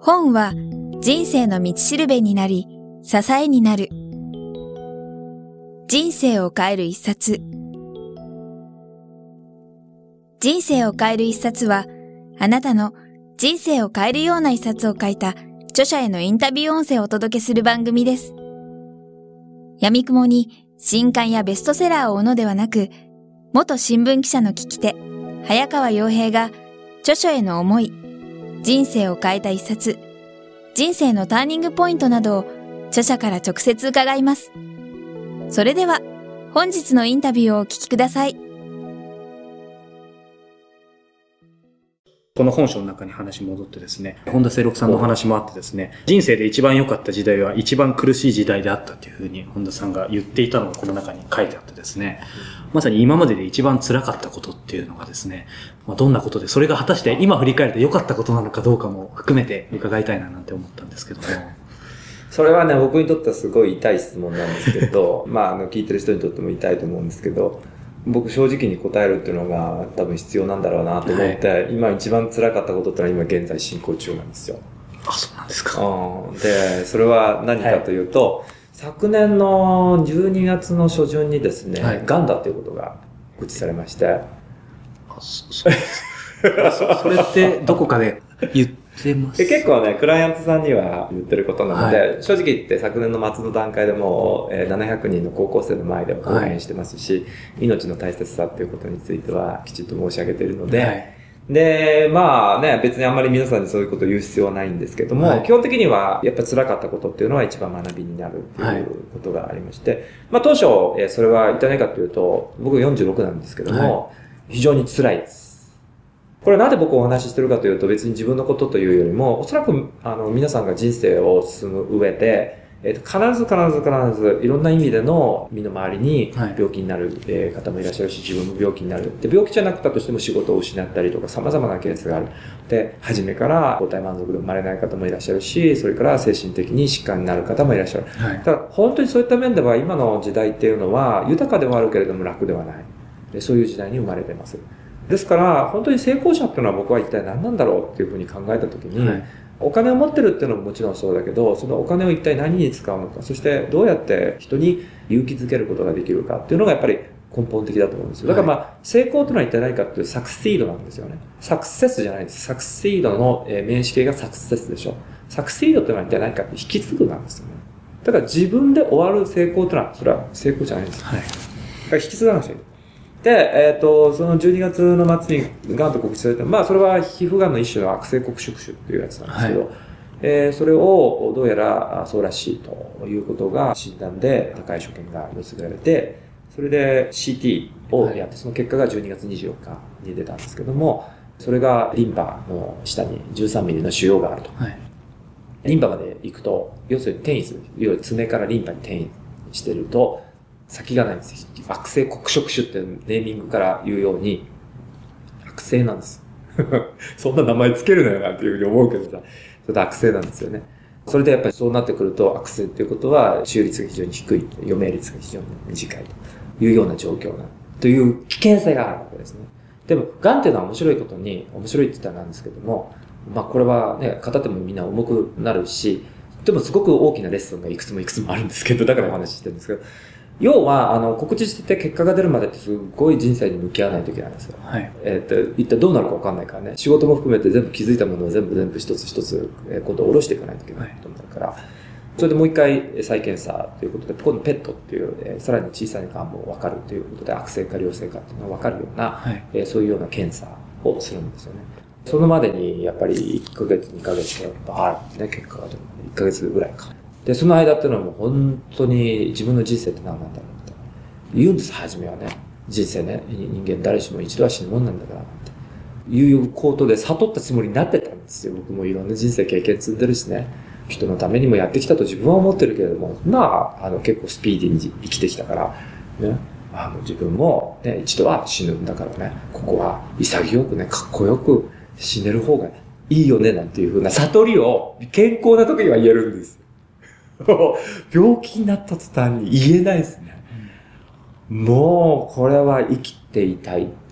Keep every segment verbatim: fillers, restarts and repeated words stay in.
本は人生の道しるべになり、支えになる。人生を変える一冊。人生を変える一冊は、あなたの人生を変えるような一冊を書いた著者へのインタビュー音声をお届けする番組です。闇雲に新刊やベストセラーを追うのではなく、元新聞記者の聞き手、早川洋平が著書への思い、人生を変えた一冊、人生のターニングポイントなどを著者から直接伺います。それでは本日のインタビューをお聞きください。 この本書の中に話戻ってですね、本田清六さんのお話もあってですね、人生で一番良かった時代は一番苦しい時代であったというふうに本田さんが言っていたのがこの中に書いてあってですね、まさに今までで一番辛かったことっていうのがですね、まあ、どんなことで、それが果たして今振り返ると良かったことなのかどうかも含めて伺いたいななんて思ったんですけども。 それはね、僕にとってはすごい痛い質問なんですけど、まあ、あの、聞いてる人にとっても痛いと思うんですけど、僕正直に答えるっていうのが多分必要なんだろうなと思って、はい、今一番辛かったことってのは今現在進行中なんですよ。 あ、そうなんですか。 うん、で、それは何かというと、はい、昨年のじゅうにがつの初旬にですね、はい、癌だということが告知されまして。あ、 そ、そうそ, それってどこかで言ってます結構ね、クライアントさんには言ってることなので、はい、正直言って昨年の末の段階でも、えー、ななひゃくにんの高校生の前でも講演してますし、はい、命の大切さっていうことについてはきちんと申し上げているので、はい、で、まあね、別にあんまり皆さんにそういうことを言う必要はないんですけども、はい、基本的にはやっぱり辛かったことっていうのは一番学びになるっていうことがありまして、はい、まあ当初、えー、それは一体何かというと、僕よんじゅうろくなんですけども、はい、非常に辛いです。これなんで僕お話ししてるかというと、別に自分のことというよりも、おそらくあの皆さんが人生を進む上で、えー、と必ず必ず必ずいろんな意味での身の回りに病気になる、はいえー、方もいらっしゃるし、自分も病気になる。で、病気じゃなくたとしても仕事を失ったりとか様々なケースがある。で、初めから抗体満足で生まれない方もいらっしゃるし、それから精神的に疾患になる方もいらっしゃる。はい、だから本当にそういった面では今の時代っていうのは豊かではあるけれども楽ではない。でそういう時代に生まれています。ですから、本当に成功者っていうのは僕は一体何なんだろうっていうふうに考えたときに、はい、お金を持ってるっていうのももちろんそうだけど、そのお金を一体何に使うのか、そしてどうやって人に勇気づけることができるかっていうのがやっぱり根本的だと思うんですよ。だからまあ、成功というのは一体何かっていうサクシードなんですよね。サクセスじゃないです。サクシードの名詞形がサクセスでしょ。サクシードというのは一体何かって引き継ぐなんですよね。だから自分で終わる成功というのは、それは成功じゃないんですよ。はい、だから引き継がなくちゃいけない。で、えっと、そのじゅうにがつの末に癌と告知された、まあ、それは皮膚癌の一種の悪性黒色腫っていうやつなんですけど、はいえー、それをどうやらそうらしいということが診断で高い所見が寄せられて、それで シーティー をやって、はい、その結果がじゅうにがつにじゅうよっかに出たんですけども、それがリンパの下にじゅうさんミリの腫瘍があると。はい、リンパまで行くと、要するに転移する。要は爪からリンパに転移してると、先がないんですよ。悪性黒色腫ってネーミングから言うように、悪性なんです。そんな名前つけるなよなんていうふうに思うけどさ、ちょっと悪性なんですよね。それでやっぱりそうなってくると、悪性っていうことは、治癒率が非常に低い、余命率が非常に短いというような状況な、という危険性があるわけですね。でも、癌っていうのは面白いことに、面白いって言ったらなんですけども、まあこれはね、片手もみんな重くなるし、でもすごく大きなレッスンがいくつもいくつもあるんですけど、だからお話ししてるんですけど、要は、あの、告知して結果が出るまでってすごい人生に向き合わないといけないんですよ。はい。えっと、一体どうなるか分かんないからね。仕事も含めて全部気づいたものを全部全部一つ一つ、えー、今度下ろしていかないといけないことになるから、はい、それでもう一回再検査ということで、今度ペットっていう、えー、さらに小さい癌も分かるということで、悪性か良性かっていうのが分かるような、はい、えー、そういうような検査をするんですよね。そのまでに、やっぱりいっかげつ、にかげつやっぱあるんですね、結果が出るまで。いっかげつぐらいか。で、その間っていうのはもう本当に自分の人生って何なんだろうって言うんです、初めはね。人生ね、人間誰しも一度は死ぬもんなんだからっていうことで悟ったつもりになってたんですよ。僕もいろんな人生経験積んでるしね。人のためにもやってきたと自分は思ってるけれども、まあ、あの結構スピーディーに生きてきたから、ね、あの自分も、ね、一度は死ぬんだからね、ここは潔くね、かっこよく死ねる方がいいよね、なんていうふうな悟りを健康な時には言えるんです。病気になった途端に言えないですね。もうこれは生きていたいって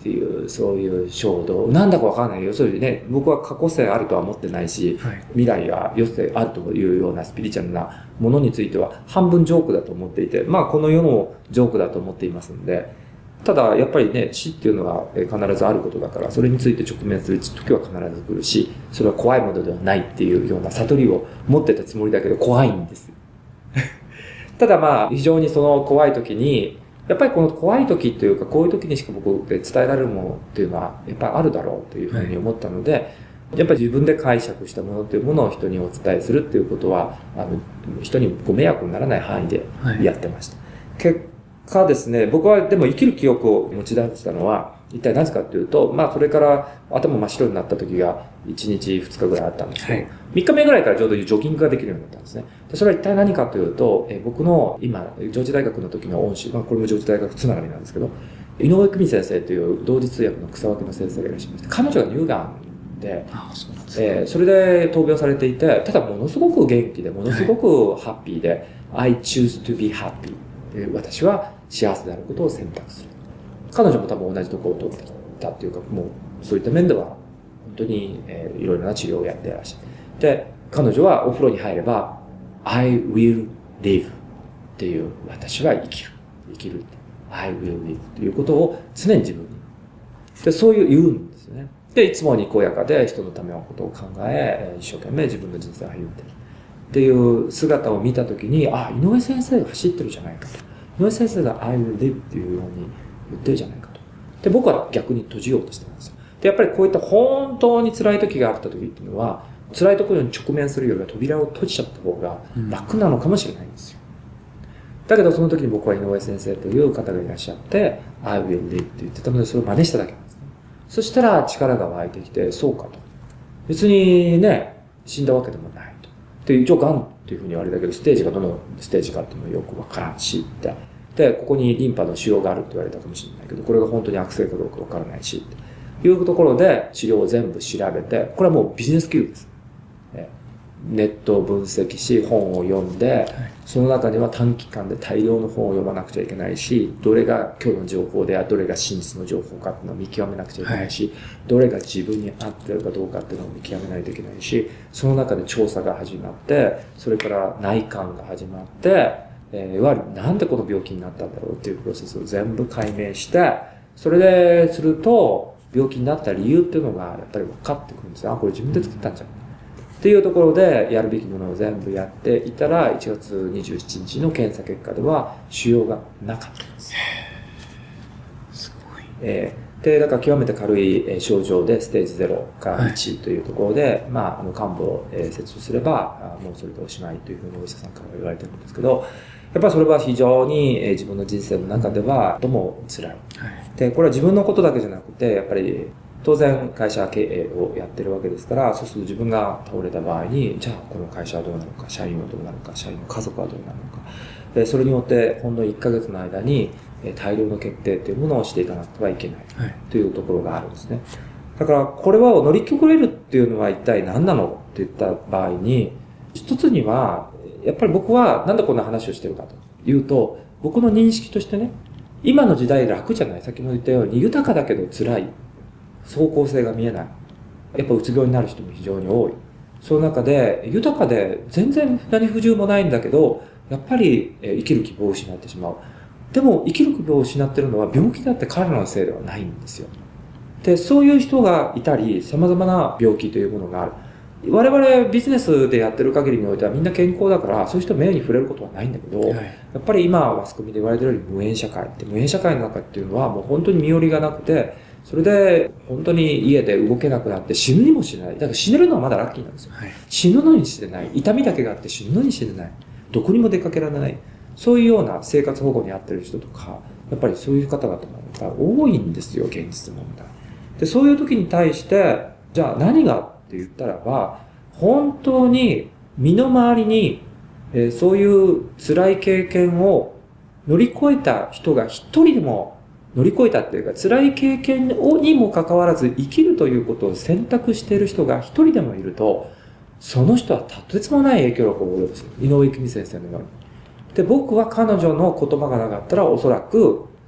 っていう、そういう衝動。なんだかわかんないよ。そういうね、僕は過去性あるとは思ってないし、はい、未来が余生あるというようなスピリチュアルなものについては半分ジョークだと思っていて、まあこの世のジョークだと思っていますので、ただやっぱりね、死っていうのは必ずあることだから、それについて直面する時は必ず来るし、それは怖いものではないっていうような悟りを持ってたつもりだけど怖いんですよ。ただまあ非常にその怖い時に、やっぱりこの怖い時というか、こういう時にしか僕で伝えられるものっていうのはやっぱりあるだろうというふうに思ったので、はい、やっぱり自分で解釈したものというものを人にお伝えするっていうことは、あの人にご迷惑にならない範囲でやってました。はい、結果ですね、僕はでも生きる記憶を持ち出したのは一体何かというと、まあそれから頭真っ白になった時がいちにちふつかぐらいあったんですけど、はい、みっかめぐらいからちょうどジョギングができるようになったんですね。でそれは一体何かというと、え僕の今、上智大学の時の恩師、まあこれも上智大学つながりなんですけど、井上久美先生という同時通訳の草分けの先生がいらっしゃいまして、彼女が乳がんで、ああそうなんですね、えー、それで闘病されていて、ただものすごく元気で、ものすごくハッピーで、はい、I choose to be happy。私は幸せであることを選択する。彼女も多分同じところを通ってきたっていうか、もうそういった面では本当に、えー、いろいろな治療をやっていらっしゃる。で、彼女はお風呂に入れば I will live っていう、私は生きる。生きる。I will live ということを常に自分に。で、そういう言うんですよね。で、いつもにこやかで人のためのことを考え、一生懸命自分の人生を歩んでる。っていう姿を見たときに、あ、井上先生が走ってるじゃないかと。井上先生が I will live っていうように言ってるじゃないかと。で、僕は逆に閉じようとしてたんですよ。で、やっぱりこういった本当に辛い時があった時っていうのは、辛いところに直面するよりは扉を閉じちゃった方が楽なのかもしれないんですよ。うん、だけどその時に僕は井上先生という方がいらっしゃって、I will live って言ってたので、それを真似しただけなんですね。そしたら力が湧いてきて、そうかと。別にね、死んだわけでもない。で、一応癌っていうふうに言われたけど、ステージがどのステージかっていうのはよくわからんし、って。で、ここにリンパの腫瘍があるって言われたかもしれないけど、これが本当に悪性かどうかわからないし、っていうところで治療を全部調べて、これはもうビジネススキルです。ネットを分析し、本を読んで、はい、その中には短期間で大量の本を読まなくちゃいけないし、どれが今日の情報で、どれが真実の情報かっていうのを見極めなくちゃいけないし、はい、どれが自分に合ってるかどうかっていうのを見極めないといけないし、その中で調査が始まって、それから内観が始まって、えー、いわゆるなんでこの病気になったんだろうっていうプロセスを全部解明して、それですると、病気になった理由っていうのがやっぱり分かってくるんですよ。あ、これ自分で作ったんじゃん。っていうところでやるべきものを全部やっていたら、いちがつにじゅうしちにちの検査結果では腫瘍がなかったんです。すごい。えー、で、だから極めて軽い症状でステージゼロかいちというところで、はい、まあ、あの、患部を切除すれば、もうそれでおしまいというふうにお医者さんから言われてるんですけど、やっぱりそれは非常に自分の人生の中ではとも辛い。はい、で、これは自分のことだけじゃなくて、やっぱり、当然会社経営をやってるわけですから、そうすると自分が倒れた場合に、じゃあこの会社はどうなのか、社員はどうなのか、社員の家族はどうなのか。でそれによってほんのいっかげつの間に大量の決定というものをしていかなくてはいけないというところがあるんですね。だからこれは乗り越えるっていうのは一体何なのって言った場合に、一つには、やっぱり僕はなんでこんな話をしてるかというと、僕の認識としてね、今の時代楽じゃない、先も言ったように豊かだけど辛い。方向性が見えない。やっぱうつ病になる人も非常に多い。その中で、豊かで全然何不自由もないんだけど、やっぱり生きる希望を失ってしまう。でも生きる希望を失ってるのは病気だって彼らのせいではないんですよ。で、そういう人がいたり、様々な病気というものがある。我々ビジネスでやってる限りにおいてはみんな健康だから、そういう人目に触れることはないんだけど、はい、やっぱり今マスコミで言われてるように無縁社会って、無縁社会の中っていうのはもう本当に身寄りがなくて、それで本当に家で動けなくなって死ぬにも死ねない。だから死ねるのはまだラッキーなんですよ。はい、死ぬのに死ねない。痛みだけがあって死ぬのに死ねない。どこにも出かけられない。そういうような生活保護にあってる人とか、やっぱりそういう方々が多いんですよ、現実問題。で、そういう時に対して、じゃあ何がって言ったらば、本当に身の回りに、えー、そういう辛い経験を乗り越えた人が一人でも乗り越えたっていうか、辛い経験にもかかわらず生きるということを選択している人が一人でもいると、その人はとてつもない影響力を及ぼす。井上久美先生のように。で、僕は彼女の言葉がなかったらおそらく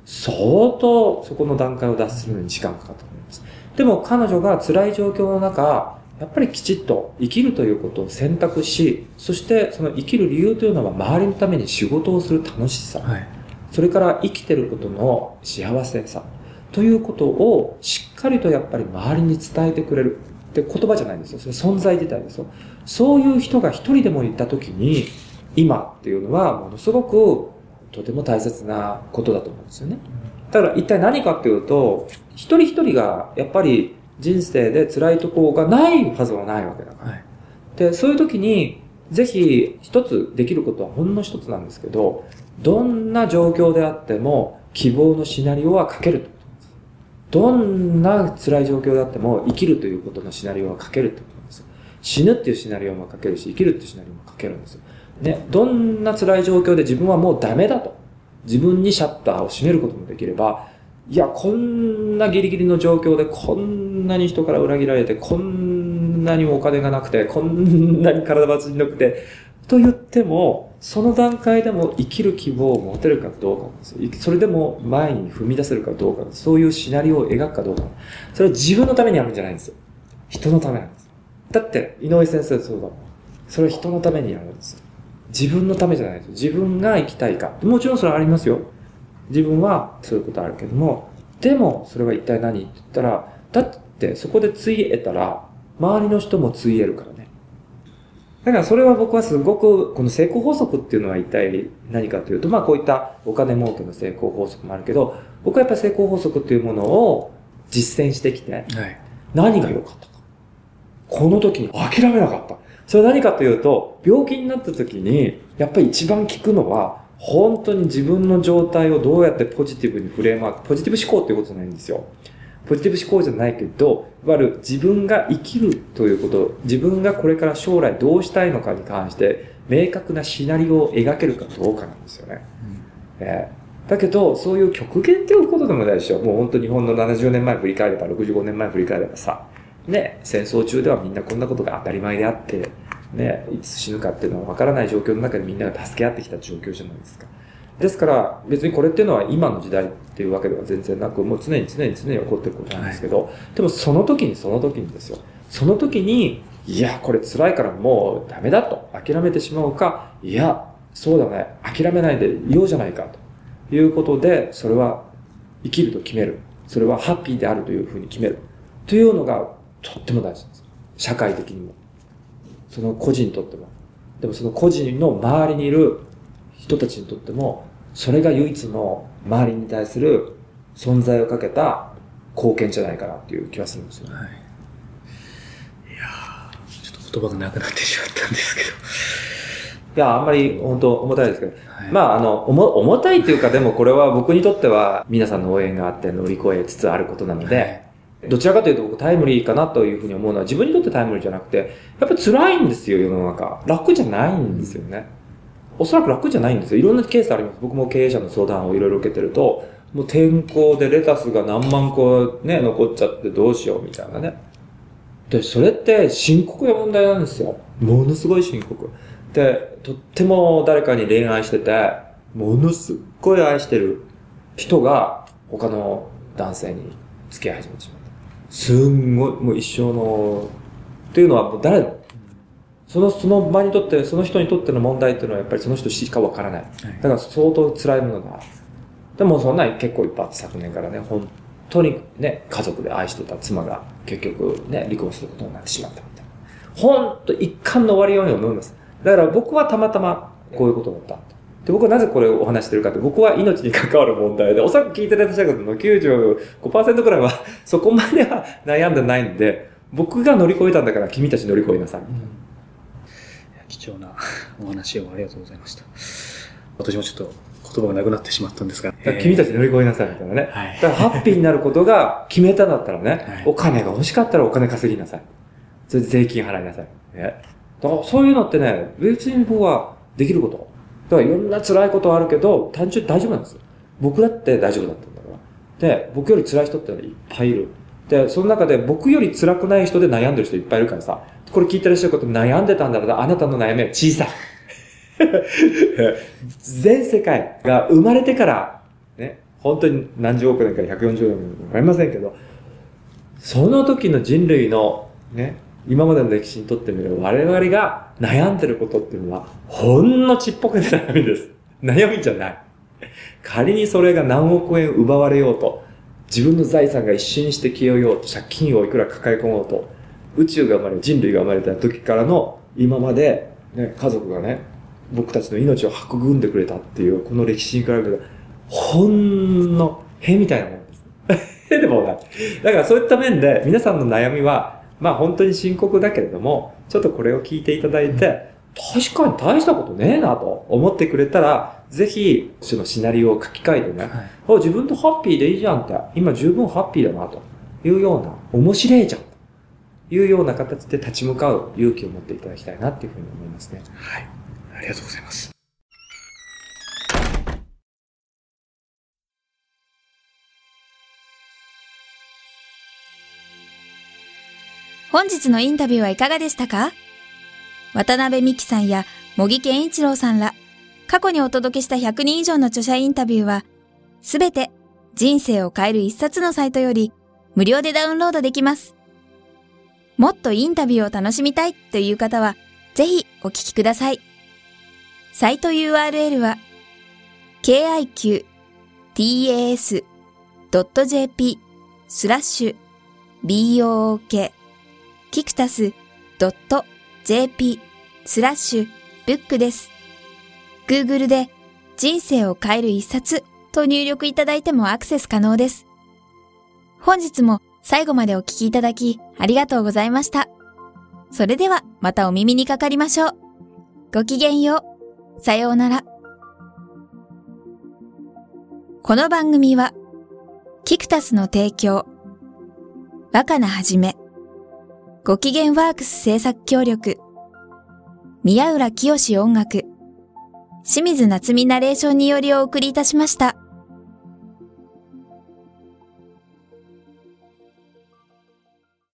相当そこの段階を脱するのに時間がかかったと思います。でも彼女が辛い状況の中、やっぱりきちっと生きるということを選択し、そしてその生きる理由というのは周りのために仕事をする楽しさ、はい、それから生きてることの幸せさということをしっかりとやっぱり周りに伝えてくれるって言葉じゃないんですよ。それ存在自体ですよ。そういう人が一人でもいたときに、今っていうのはものすごくとても大切なことだと思うんですよね。だから一体何かっていうと、一人一人がやっぱり人生で辛いところがないはずはないわけだから。はい、で、そういう時にぜひ一つできることはほんの一つなんですけど、どんな状況であっても希望のシナリオは書けると。どんな辛い状況であっても生きるということのシナリオは書けるってことなんですよ。死ぬっていうシナリオも書けるし、生きるっていうシナリオも書けるんですよ。ね、どんな辛い状況で自分はもうダメだと。自分にシャッターを閉めることもできれば、いや、こんなギリギリの状況でこんなに人から裏切られて、こんなにお金がなくて、こんなに体がしんどくて、と言っても、その段階でも生きる希望を持てるかどうかなんですよ。それでも前に踏み出せるかどうか、そういうシナリオを描くかどうか。それは自分のためにやるんじゃないんですよ。人のためなんです。だって、井上先生そうだもん。それは人のためにやるんですよ。自分のためじゃないですよ。自分が生きたいか。もちろんそれはありますよ。自分はそういうことあるけども、でもそれは一体何って言ったら、だってそこでつい得たら、周りの人もつい得るからね。だからそれは僕はすごく、この成功法則っていうのは一体何かというと、まあこういったお金儲けの成功法則もあるけど、僕はやっぱり成功法則っていうものを実践してきて、はい、何が良かったか。この時に諦めなかった。それは何かというと、病気になった時に、やっぱり一番効くのは、本当に自分の状態をどうやってポジティブにフレームワーク、ポジティブ思考っていうことじゃないんですよ。ポジティブ思考じゃないけど、いわゆる自分が生きるということ、自分がこれから将来どうしたいのかに関して、明確なシナリオを描けるかどうかなんですよね。うんえー、だけど、そういう極限っていうことでもないでしょ。もう本当日本のななじゅうねんまえ振り返れば、ろくじゅうごねんまえ振り返ればさ、ね、戦争中ではみんなこんなことが当たり前であって、ね、いつ死ぬかっていうのは分からない状況の中でみんなが助け合ってきた状況じゃないですか。ですから別にこれっていうのは今の時代っていうわけでは全然なく、もう常に常に常に起こってることなんですけど、はい、でもその時にその時にですよ。その時に、いや、これ辛いからもうダメだと諦めてしまうか、いや、そうだね、諦めないでいようじゃないかということで、それは生きると決める。それはハッピーであるというふうに決める。というのがとっても大事です。社会的にも。その個人にとっても。でもその個人の周りにいる人たちにとっても、それが唯一の周りに対する存在をかけた貢献じゃないかなっていう気がするんですよ。はい。いやー、ちょっと言葉がなくなってしまったんですけど。 いや、あんまり本当重たいですけど。はい、まあ、あの、重、重たいっていうか、でもこれは僕にとっては皆さんの応援があって乗り越えつつあることなので、はいどちらかというと僕タイムリーかなというふうに思うのは自分にとってタイムリーじゃなくて、やっぱり辛いんですよ、世の中。楽じゃないんですよね。おそらく楽じゃないんですよ。いろんなケースあります。僕も経営者の相談をいろいろ受けてると、もう天候でレタスが何万個ね、残っちゃってどうしようみたいなね。で、それって深刻な問題なんですよ。ものすごい深刻。で、とっても誰かに恋愛してて、ものすっごい愛してる人が他の男性に付き合い始めてしまう。すんごい、もう一生の、っていうのはもう誰だその、その場にとって、その人にとっての問題っていうのはやっぱりその人しかわからない。だから相当辛いものがある。でもそんなに結構いっぱいあって昨年からね、本当にね、家族で愛してた妻が結局ね、離婚することになってしまったみたいな。本当一貫の終わりように思います。だから僕はたまたまこういうことだった。で僕はなぜこれをお話してるかって、僕は命に関わる問題で、おそらく聞いていただいた方のきゅうじゅうごパーセントくらいはそこまでは悩んでないんで、僕が乗り越えたんだから君たち乗り越えなさい。うん、 貴重なお話をありがとうございました。私もちょっと言葉がなくなってしまったんですが。 が君たち乗り越えなさいみたいなね。はい、だからハッピーになることが決めたんだったらね、はい、お金が欲しかったらお金稼ぎなさい。それで税金払いなさい。ね、だからそういうのってね、別に僕はできること。だからいろんな辛いことはあるけど、単純に大丈夫なんですよ。僕だって大丈夫だったんだから。で、僕より辛い人ってのはいっぱいいる。で、その中で僕より辛くない人で悩んでる人いっぱいいるからさ、これ聞いてらっしゃること悩んでたんだら、あなたの悩みは小さい。全世界が生まれてから、ね、 本当に何十億年からひゃくよんじゅうねんかわかりませんけど、その時の人類のね、今までの歴史にとってみれば我々が悩んでることっていうのはほんのちっぽけな悩みです。悩みじゃない。仮にそれが何億円奪われようと、自分の財産が一瞬にして消えようと、借金をいくら抱え込もうと、宇宙が生まれ、人類が生まれた時からの今まで、ね、家族がね、僕たちの命を育んでくれたっていうこの歴史に比べるとほんのへみたいなもんです。へでもない。だからそういった面で皆さんの悩みはまあ本当に深刻だけれども、ちょっとこれを聞いていただいて、確かに大したことねえなと思ってくれたら、ぜひそのシナリオを書き換えてね、はい、自分とハッピーでいいじゃんって、今十分ハッピーだなというような、面白いじゃんというような形で立ち向かう勇気を持っていただきたいなっていうふうに思いますね。 はい。ありがとうございます。 本日のインタビューはいかがでしたか？渡辺美希さんや茂木健一郎さんら、過去にお届けしたひゃくにん以上の著者インタビューは、すべて人生を変える一冊のサイトより無料でダウンロードできます。もっとインタビューを楽しみたいという方は、ぜひお聞きください。サイト ユーアールエル は ケーアイキューティーエーエスドットジェーピー スラッシュ ビーオーオーケー キクタス ドットジェーピー スラッシュブックです。Google で人生を変える一冊と入力いただいてもアクセス可能です。本日も最後までお聞きいただきありがとうございました。それではまたお耳にかかりましょう。ごきげんよう。さようなら。この番組はキクタスの提供、若菜はじめ、ごきげんワークス制作協力、宮浦清志音楽、清水夏美ナレーションによりお送りいたしました。